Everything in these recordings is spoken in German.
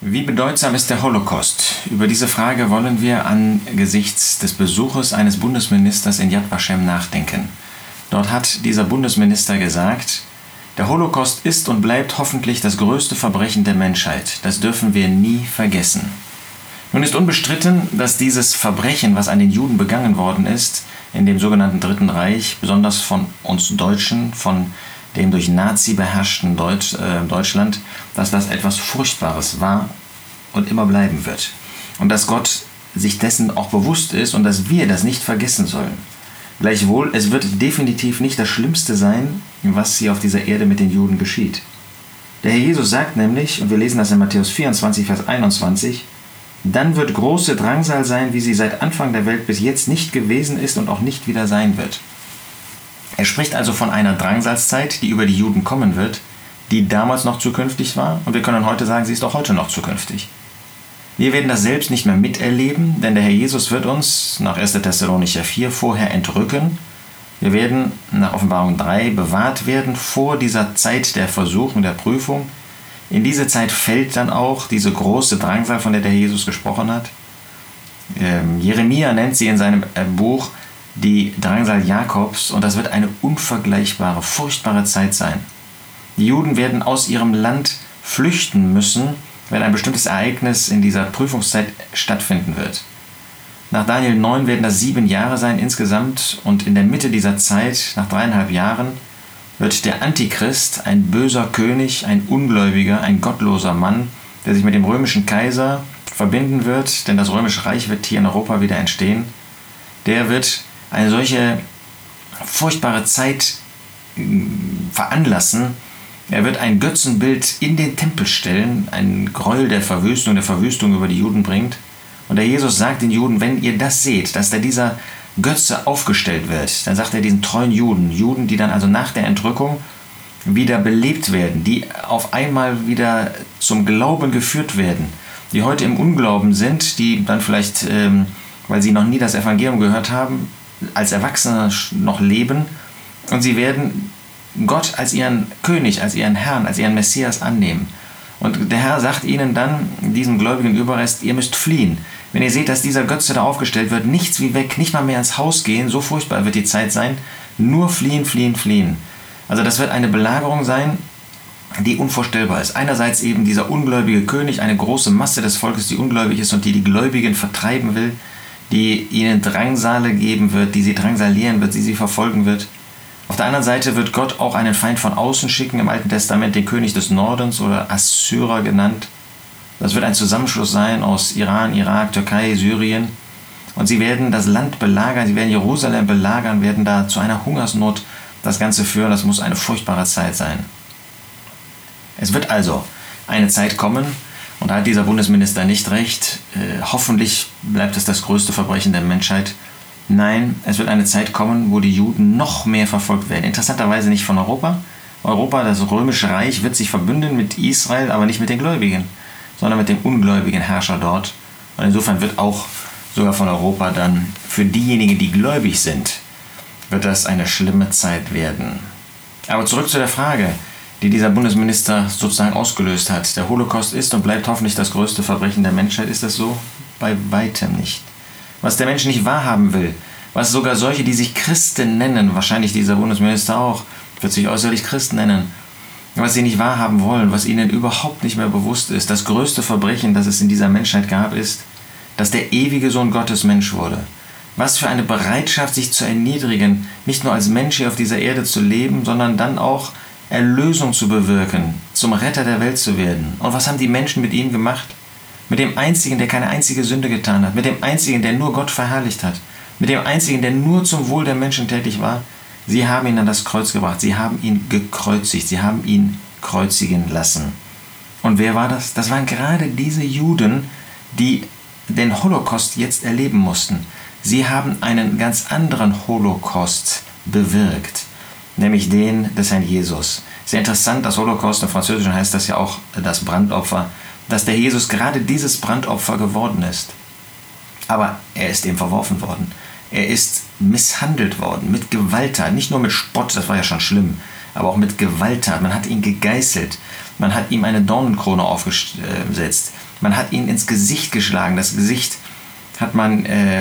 Wie bedeutsam ist der Holocaust? Über diese Frage wollen wir angesichts des Besuches eines Bundesministers in Yad Vashem nachdenken. Dort hat dieser Bundesminister gesagt: Der Holocaust ist und bleibt hoffentlich das größte Verbrechen der Menschheit. Das dürfen wir nie vergessen. Nun ist unbestritten, dass dieses Verbrechen, was an den Juden begangen worden ist, in dem sogenannten Dritten Reich, besonders von uns Deutschen, von dem durch Nazi beherrschten Deutschland, dass das etwas Furchtbares war und immer bleiben wird. Und dass Gott sich dessen auch bewusst ist und dass wir das nicht vergessen sollen. Gleichwohl, es wird definitiv nicht das Schlimmste sein, was hier auf dieser Erde mit den Juden geschieht. Der Herr Jesus sagt nämlich, und wir lesen das in Matthäus 24, Vers 21, dann wird große Drangsal sein, wie sie seit Anfang der Welt bis jetzt nicht gewesen ist und auch nicht wieder sein wird. Er spricht also von einer Drangsalzzeit, die über die Juden kommen wird, die damals noch zukünftig war, und wir können heute sagen, sie ist auch heute noch zukünftig. Wir werden das selbst nicht mehr miterleben, denn der Herr Jesus wird uns nach 1. Thessalonicher 4 vorher entrücken. Wir werden nach Offenbarung 3 bewahrt werden vor dieser Zeit der Versuchung, der Prüfung. In diese Zeit fällt dann auch diese große Drangsal, von der der Herr Jesus gesprochen hat. Jeremia nennt sie in seinem Buch die Drangsal Jakobs, und das wird eine unvergleichbare, furchtbare Zeit sein. Die Juden werden aus ihrem Land flüchten müssen, wenn ein bestimmtes Ereignis in dieser Prüfungszeit stattfinden wird. Nach Daniel 9 werden das 7 Jahre sein insgesamt, und in der Mitte dieser Zeit, nach 3,5 Jahren, wird der Antichrist, ein böser König, ein Ungläubiger, ein gottloser Mann, der sich mit dem römischen Kaiser verbinden wird, denn das römische Reich wird hier in Europa wieder entstehen, der wird eine solche furchtbare Zeit veranlassen. Er wird ein Götzenbild in den Tempel stellen, ein Gräuel der Verwüstung über die Juden bringt. Und der Jesus sagt den Juden, wenn ihr das seht, dass da dieser Götze aufgestellt wird, dann sagt er diesen treuen Juden, die dann also nach der Entrückung wieder belebt werden, die auf einmal wieder zum Glauben geführt werden, die heute im Unglauben sind, die dann vielleicht, weil sie noch nie das Evangelium gehört haben, als Erwachsene noch leben, und sie werden Gott als ihren König, als ihren Herrn, als ihren Messias annehmen. Und der Herr sagt ihnen dann, diesem gläubigen Überrest, ihr müsst fliehen. Wenn ihr seht, dass dieser Götze da aufgestellt wird, nichts wie weg, nicht mal mehr ins Haus gehen, so furchtbar wird die Zeit sein, nur fliehen, fliehen, fliehen. Also das wird eine Belagerung sein, die unvorstellbar ist. Einerseits eben dieser ungläubige König, eine große Masse des Volkes, die ungläubig ist und die Gläubigen vertreiben will, die ihnen Drangsale geben wird, die sie drangsalieren wird, die sie verfolgen wird. Auf der anderen Seite wird Gott auch einen Feind von außen schicken, im Alten Testament den König des Nordens oder Assyrer genannt. Das wird ein Zusammenschluss sein aus Iran, Irak, Türkei, Syrien. Und sie werden das Land belagern, sie werden Jerusalem belagern, werden da zu einer Hungersnot das Ganze führen. Das muss eine furchtbare Zeit sein. Es wird also eine Zeit kommen, und da hat dieser Bundesminister nicht recht, hoffentlich bleibt es das größte Verbrechen der Menschheit. Nein, es wird eine Zeit kommen, wo die Juden noch mehr verfolgt werden. Interessanterweise nicht von Europa. Europa, das römische Reich, wird sich verbünden mit Israel, aber nicht mit den Gläubigen, sondern mit dem ungläubigen Herrscher dort. Und insofern wird auch sogar von Europa dann für diejenigen, die gläubig sind, wird das eine schlimme Zeit werden. Aber zurück zu der Frage, die dieser Bundesminister sozusagen ausgelöst hat. Der Holocaust ist und bleibt hoffentlich das größte Verbrechen der Menschheit. Ist das so? Bei weitem nicht. Was der Mensch nicht wahrhaben will, was sogar solche, die sich Christen nennen, wahrscheinlich dieser Bundesminister auch, wird sich äußerlich Christen nennen, was sie nicht wahrhaben wollen, was ihnen überhaupt nicht mehr bewusst ist, das größte Verbrechen, das es in dieser Menschheit gab, ist, dass der ewige Sohn Gottes Mensch wurde. Was für eine Bereitschaft, sich zu erniedrigen, nicht nur als Mensch hier auf dieser Erde zu leben, sondern dann auch Erlösung zu bewirken, zum Retter der Welt zu werden. Und was haben die Menschen mit ihm gemacht? Mit dem Einzigen, der keine einzige Sünde getan hat, mit dem Einzigen, der nur Gott verherrlicht hat, mit dem Einzigen, der nur zum Wohl der Menschen tätig war. Sie haben ihn an das Kreuz gebracht, sie haben ihn gekreuzigt, sie haben ihn kreuzigen lassen. Und wer war das? Das waren gerade diese Juden, die den Holocaust jetzt erleben mussten. Sie haben einen ganz anderen Holocaust bewirkt, nämlich den des Herrn Jesus. Sehr interessant, das Holocaust im Französischen heißt das ja auch das Brandopfer, dass der Jesus gerade dieses Brandopfer geworden ist. Aber er ist eben verworfen worden. Er ist misshandelt worden, mit Gewalttat, nicht nur mit Spott, das war ja schon schlimm, aber auch mit Gewalttat. Man hat ihn gegeißelt, man hat ihm eine Dornenkrone aufgesetzt, Man hat ihn ins Gesicht geschlagen. Das Gesicht hat man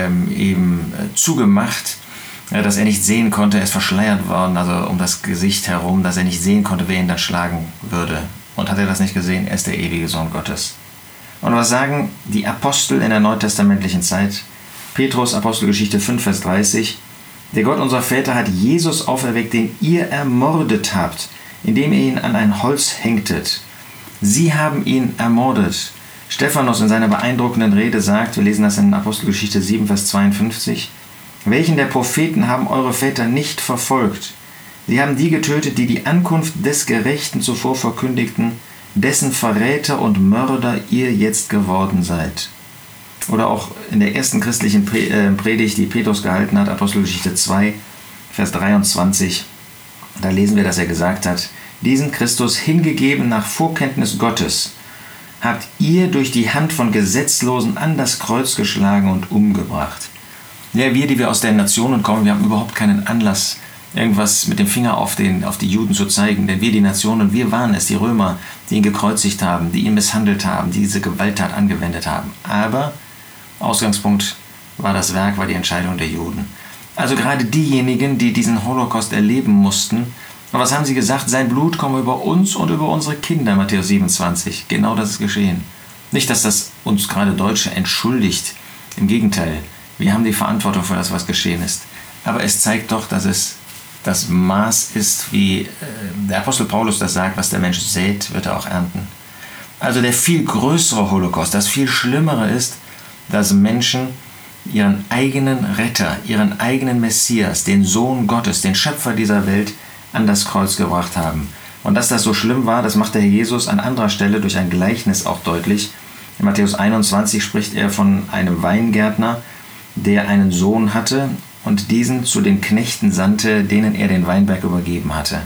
zugemacht, dass er nicht sehen konnte. Er ist verschleiert worden, also um das Gesicht herum, dass er nicht sehen konnte, wer ihn dann schlagen würde. Und hat er das nicht gesehen? Er ist der ewige Sohn Gottes. Und was sagen die Apostel in der neutestamentlichen Zeit? Petrus, Apostelgeschichte 5, Vers 30. Der Gott unserer Väter hat Jesus auferweckt, den ihr ermordet habt, indem ihr ihn an ein Holz hängtet. Sie haben ihn ermordet. Stephanus in seiner beeindruckenden Rede sagt, wir lesen das in Apostelgeschichte 7, Vers 52, welchen der Propheten haben eure Väter nicht verfolgt? Sie haben die getötet, die die Ankunft des Gerechten zuvor verkündigten, dessen Verräter und Mörder ihr jetzt geworden seid. Oder auch in der ersten christlichen Predigt, die Petrus gehalten hat, Apostelgeschichte 2, Vers 23, da lesen wir, dass er gesagt hat, diesen Christus hingegeben nach Vorkenntnis Gottes, habt ihr durch die Hand von Gesetzlosen an das Kreuz geschlagen und umgebracht. Ja, wir, die wir aus den Nationen kommen, wir haben überhaupt keinen Anlass, irgendwas mit dem Finger auf die Juden zu zeigen. Denn wir, die Nationen, wir waren es, die Römer, die ihn gekreuzigt haben, die ihn misshandelt haben, die diese Gewalttat angewendet haben. Aber Ausgangspunkt war die Entscheidung der Juden. Also gerade diejenigen, die diesen Holocaust erleben mussten, und was haben sie gesagt? Sein Blut komme über uns und über unsere Kinder, Matthäus 27. Genau das ist geschehen. Nicht, dass das uns gerade Deutsche entschuldigt. Im Gegenteil, wir haben die Verantwortung für das, was geschehen ist. Aber es zeigt doch, dass es das Maß ist, wie der Apostel Paulus das sagt, was der Mensch sät, wird er auch ernten. Also der viel größere Holocaust, das viel Schlimmere ist, dass Menschen ihren eigenen Retter, ihren eigenen Messias, den Sohn Gottes, den Schöpfer dieser Welt, an das Kreuz gebracht haben. Und dass das so schlimm war, das macht der Herr Jesus an anderer Stelle durch ein Gleichnis auch deutlich. In Matthäus 21 spricht er von einem Weingärtner, der einen Sohn hatte und diesen zu den Knechten sandte, denen er den Weinberg übergeben hatte.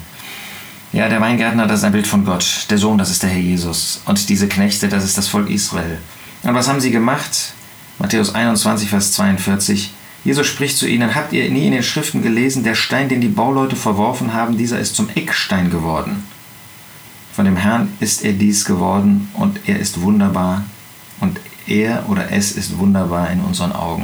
Ja, der Weingärtner, das ist ein Bild von Gott. Der Sohn, das ist der Herr Jesus. Und diese Knechte, das ist das Volk Israel. Und was haben sie gemacht? Matthäus 21, Vers 42. Jesus spricht zu ihnen, habt ihr nie in den Schriften gelesen, der Stein, den die Bauleute verworfen haben, dieser ist zum Eckstein geworden. Von dem Herrn ist er dies geworden und er ist wunderbar und er oder es ist wunderbar in unseren Augen.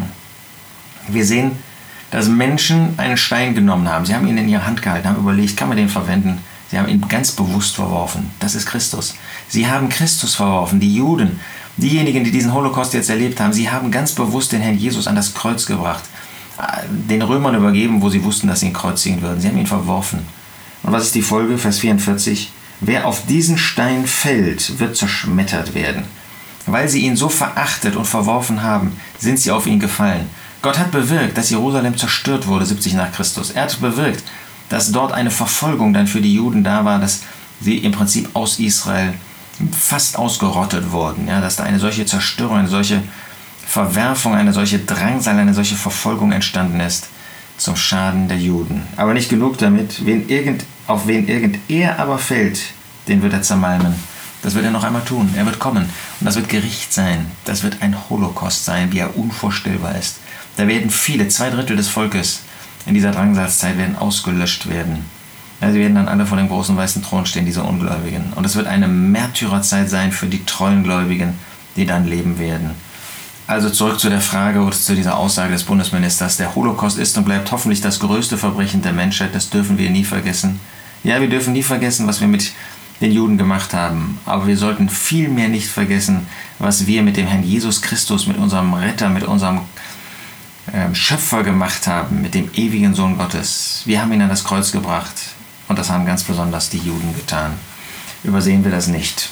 Wir sehen, dass Menschen einen Stein genommen haben. Sie haben ihn in ihre Hand gehalten, haben überlegt, kann man den verwenden? Sie haben ihn ganz bewusst verworfen. Das ist Christus. Sie haben Christus verworfen, die Juden. Diejenigen, die diesen Holocaust jetzt erlebt haben, sie haben ganz bewusst den Herrn Jesus an das Kreuz gebracht, den Römern übergeben, wo sie wussten, dass sie ihn kreuzigen würden. Sie haben ihn verworfen. Und was ist die Folge? Vers 44. Wer auf diesen Stein fällt, wird zerschmettert werden. Weil sie ihn so verachtet und verworfen haben, sind sie auf ihn gefallen. Gott hat bewirkt, dass Jerusalem zerstört wurde, 70 nach Christus. Er hat bewirkt, dass dort eine Verfolgung dann für die Juden da war, dass sie im Prinzip aus Israel fast ausgerottet wurden, ja, dass da eine solche Zerstörung, eine solche Verwerfung, eine solche Drangsal, eine solche Verfolgung entstanden ist, zum Schaden der Juden. Aber nicht genug damit, auf wen irgend er aber fällt, den wird er zermalmen. Das wird er noch einmal tun. Er wird kommen und das wird Gericht sein. Das wird ein Holocaust sein, wie er unvorstellbar ist. Da werden viele, 2/3 des Volkes in dieser Drangsalzzeit werden ausgelöscht werden. Ja, sie werden dann alle vor dem großen weißen Thron stehen, diese Ungläubigen. Und es wird eine Märtyrerzeit sein für die treuen Gläubigen, die dann leben werden. Also zurück zu der Frage oder zu dieser Aussage des Bundesministers. Der Holocaust ist und bleibt hoffentlich das größte Verbrechen der Menschheit. Das dürfen wir nie vergessen. Ja, wir dürfen nie vergessen, was wir mit den Juden gemacht haben. Aber wir sollten vielmehr nicht vergessen, was wir mit dem Herrn Jesus Christus, mit unserem Retter, mit unserem Schöpfer gemacht haben, mit dem ewigen Sohn Gottes. Wir haben ihn an das Kreuz gebracht. Und das haben ganz besonders die Juden getan. Übersehen wir das nicht.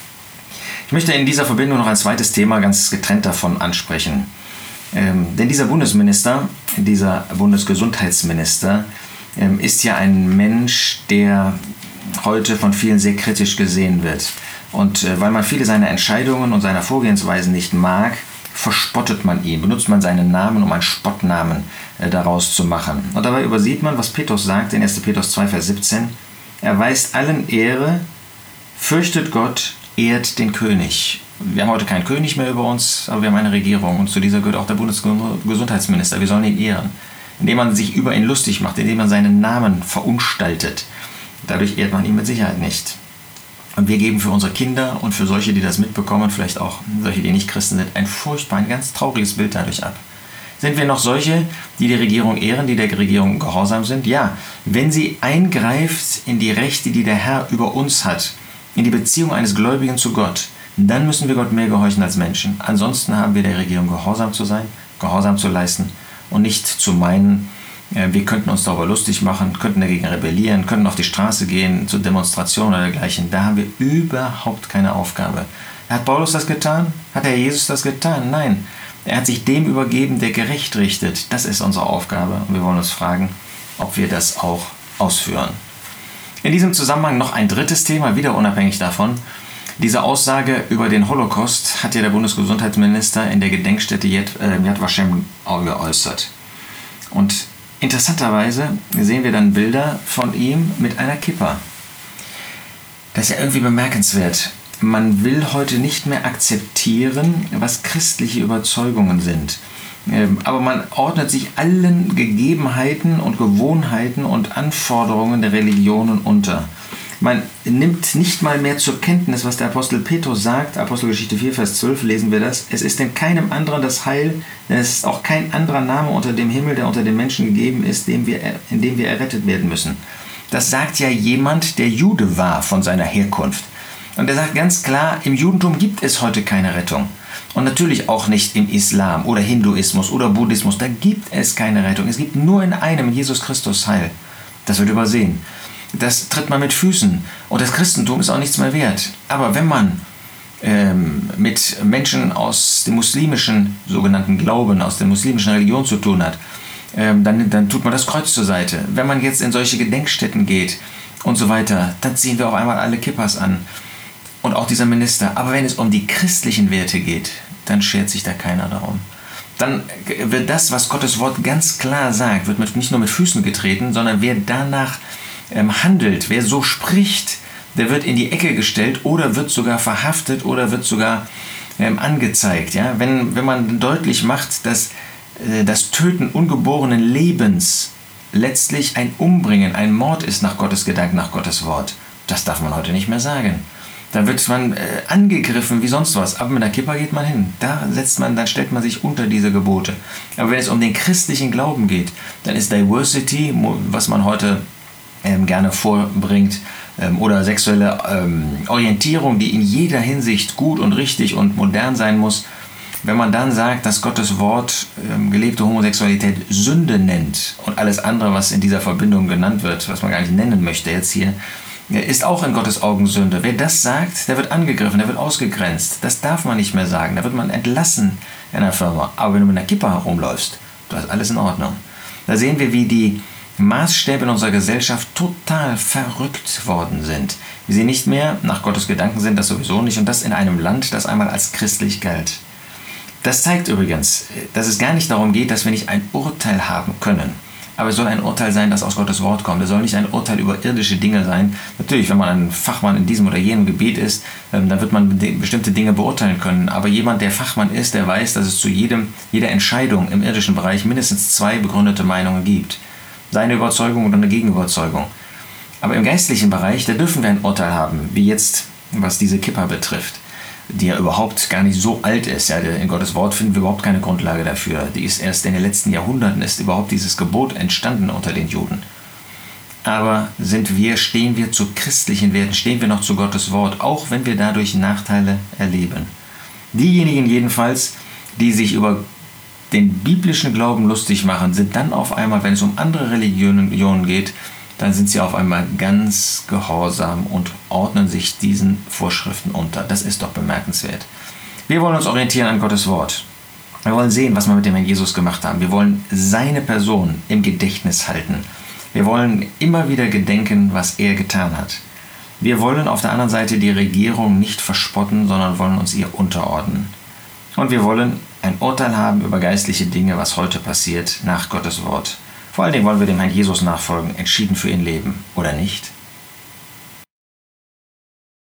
Ich möchte in dieser Verbindung noch ein zweites Thema ganz getrennt davon ansprechen. Denn dieser Bundesminister, dieser Bundesgesundheitsminister, ist ja ein Mensch, der heute von vielen sehr kritisch gesehen wird. Und weil man viele seiner Entscheidungen und seiner Vorgehensweisen nicht mag, verspottet man ihn, benutzt man seinen Namen, um einen Spottnamen daraus zu machen. Und dabei übersieht man, was Petrus sagt in 1. Petrus 2, Vers 17. Er weist allen Ehre, fürchtet Gott, ehrt den König. Wir haben heute keinen König mehr über uns, aber wir haben eine Regierung. Und zu dieser gehört auch der Bundesgesundheitsminister. Wir sollen ihn ehren, indem man sich über ihn lustig macht, indem man seinen Namen verunstaltet. Dadurch ehrt man ihn mit Sicherheit nicht. Und wir geben für unsere Kinder und für solche, die das mitbekommen, vielleicht auch solche, die nicht Christen sind, ein ganz trauriges Bild dadurch ab. Sind wir noch solche, die die Regierung ehren, die der Regierung gehorsam sind? Ja, wenn sie eingreift in die Rechte, die der Herr über uns hat, in die Beziehung eines Gläubigen zu Gott, dann müssen wir Gott mehr gehorchen als Menschen. Ansonsten haben wir der Regierung gehorsam zu sein, gehorsam zu leisten und nicht zu meinen, wir könnten uns darüber lustig machen, könnten dagegen rebellieren, könnten auf die Straße gehen, zur Demonstration oder dergleichen. Da haben wir überhaupt keine Aufgabe. Hat Paulus das getan? Hat der Jesus das getan? Nein. Er hat sich dem übergeben, der gerecht richtet. Das ist unsere Aufgabe. Und wir wollen uns fragen, ob wir das auch ausführen. In diesem Zusammenhang noch ein drittes Thema, wieder unabhängig davon. Diese Aussage über den Holocaust hat ja der Bundesgesundheitsminister in der Gedenkstätte Yad Vashem geäußert. Und interessanterweise sehen wir dann Bilder von ihm mit einer Kippa. Das ist ja irgendwie bemerkenswert. Man will heute nicht mehr akzeptieren, was christliche Überzeugungen sind. Aber man ordnet sich allen Gegebenheiten und Gewohnheiten und Anforderungen der Religionen unter. Man nimmt nicht mal mehr zur Kenntnis, was der Apostel Petrus sagt. Apostelgeschichte 4, Vers 12 lesen wir das. Es ist in keinem anderen das Heil, denn es ist auch kein anderer Name unter dem Himmel, der unter den Menschen gegeben ist, in dem wir errettet werden müssen. Das sagt ja jemand, der Jude war von seiner Herkunft. Und er sagt ganz klar, im Judentum gibt es heute keine Rettung. Und natürlich auch nicht im Islam oder Hinduismus oder Buddhismus. Da gibt es keine Rettung. Es gibt nur in einem, Jesus Christus, Heil. Das wird übersehen. Das tritt man mit Füßen. Und das Christentum ist auch nichts mehr wert. Aber wenn man mit Menschen aus dem muslimischen sogenannten Glauben, aus der muslimischen Religion zu tun hat, dann tut man das Kreuz zur Seite. Wenn man jetzt in solche Gedenkstätten geht und so weiter, dann ziehen wir auf einmal alle Kippas an. Und auch dieser Minister. Aber wenn es um die christlichen Werte geht, dann schert sich da keiner darum. Dann wird das, was Gottes Wort ganz klar sagt, wird nicht nur mit Füßen getreten, sondern wer danach handelt, wer so spricht, der wird in die Ecke gestellt oder wird sogar verhaftet oder wird sogar angezeigt. Ja? Wenn man deutlich macht, dass das Töten ungeborenen Lebens letztlich ein Umbringen, ein Mord ist nach Gottes Gedanken, nach Gottes Wort, das darf man heute nicht mehr sagen. Da wird man angegriffen wie sonst was. Aber mit der Kippa geht man hin. Dann stellt man sich unter diese Gebote. Aber wenn es um den christlichen Glauben geht, dann ist Diversity, was man heute gerne vorbringt, oder sexuelle Orientierung, die in jeder Hinsicht gut und richtig und modern sein muss. Wenn man dann sagt, dass Gottes Wort gelebte Homosexualität Sünde nennt und alles andere, was in dieser Verbindung genannt wird, was man gar nicht nennen möchte jetzt hier, ist auch in Gottes Augen Sünde. Wer das sagt, der wird angegriffen, der wird ausgegrenzt. Das darf man nicht mehr sagen. Da wird man entlassen in einer Firma. Aber wenn du mit einer Kippa herumläufst, da ist alles in Ordnung. Da sehen wir, wie die Maßstäbe in unserer Gesellschaft total verrückt worden sind. Wie sie nicht mehr nach Gottes Gedanken sind, das sowieso nicht. Und das in einem Land, das einmal als christlich galt. Das zeigt übrigens, dass es gar nicht darum geht, dass wir nicht ein Urteil haben können. Aber es soll ein Urteil sein, das aus Gottes Wort kommt. Es soll nicht ein Urteil über irdische Dinge sein. Natürlich, wenn man ein Fachmann in diesem oder jenem Gebiet ist, dann wird man bestimmte Dinge beurteilen können. Aber jemand, der Fachmann ist, der weiß, dass es zu jeder Entscheidung im irdischen Bereich mindestens 2 begründete Meinungen gibt. Seine Überzeugung und eine Gegenüberzeugung. Aber im geistlichen Bereich, da dürfen wir ein Urteil haben, wie jetzt, was diese Kippa betrifft, die ja überhaupt gar nicht so alt ist. Ja, in Gottes Wort finden wir überhaupt keine Grundlage dafür. Die ist erst in den letzten Jahrhunderten ist überhaupt dieses Gebot entstanden unter den Juden. Aber stehen wir zu christlichen Werten, stehen wir noch zu Gottes Wort, auch wenn wir dadurch Nachteile erleben. Diejenigen jedenfalls, die sich über den biblischen Glauben lustig machen, sind dann auf einmal, wenn es um andere Religionen geht, dann sind sie auf einmal ganz gehorsam und ordnen sich diesen Vorschriften unter. Das ist doch bemerkenswert. Wir wollen uns orientieren an Gottes Wort. Wir wollen sehen, was wir mit dem Herrn Jesus gemacht haben. Wir wollen seine Person im Gedächtnis halten. Wir wollen immer wieder gedenken, was er getan hat. Wir wollen auf der anderen Seite die Regierung nicht verspotten, sondern wollen uns ihr unterordnen. Und wir wollen ein Urteil haben über geistliche Dinge, was heute passiert, nach Gottes Wort. Vor allen Dingen wollen wir dem Herrn Jesus nachfolgen, entschieden für ihn leben, oder nicht?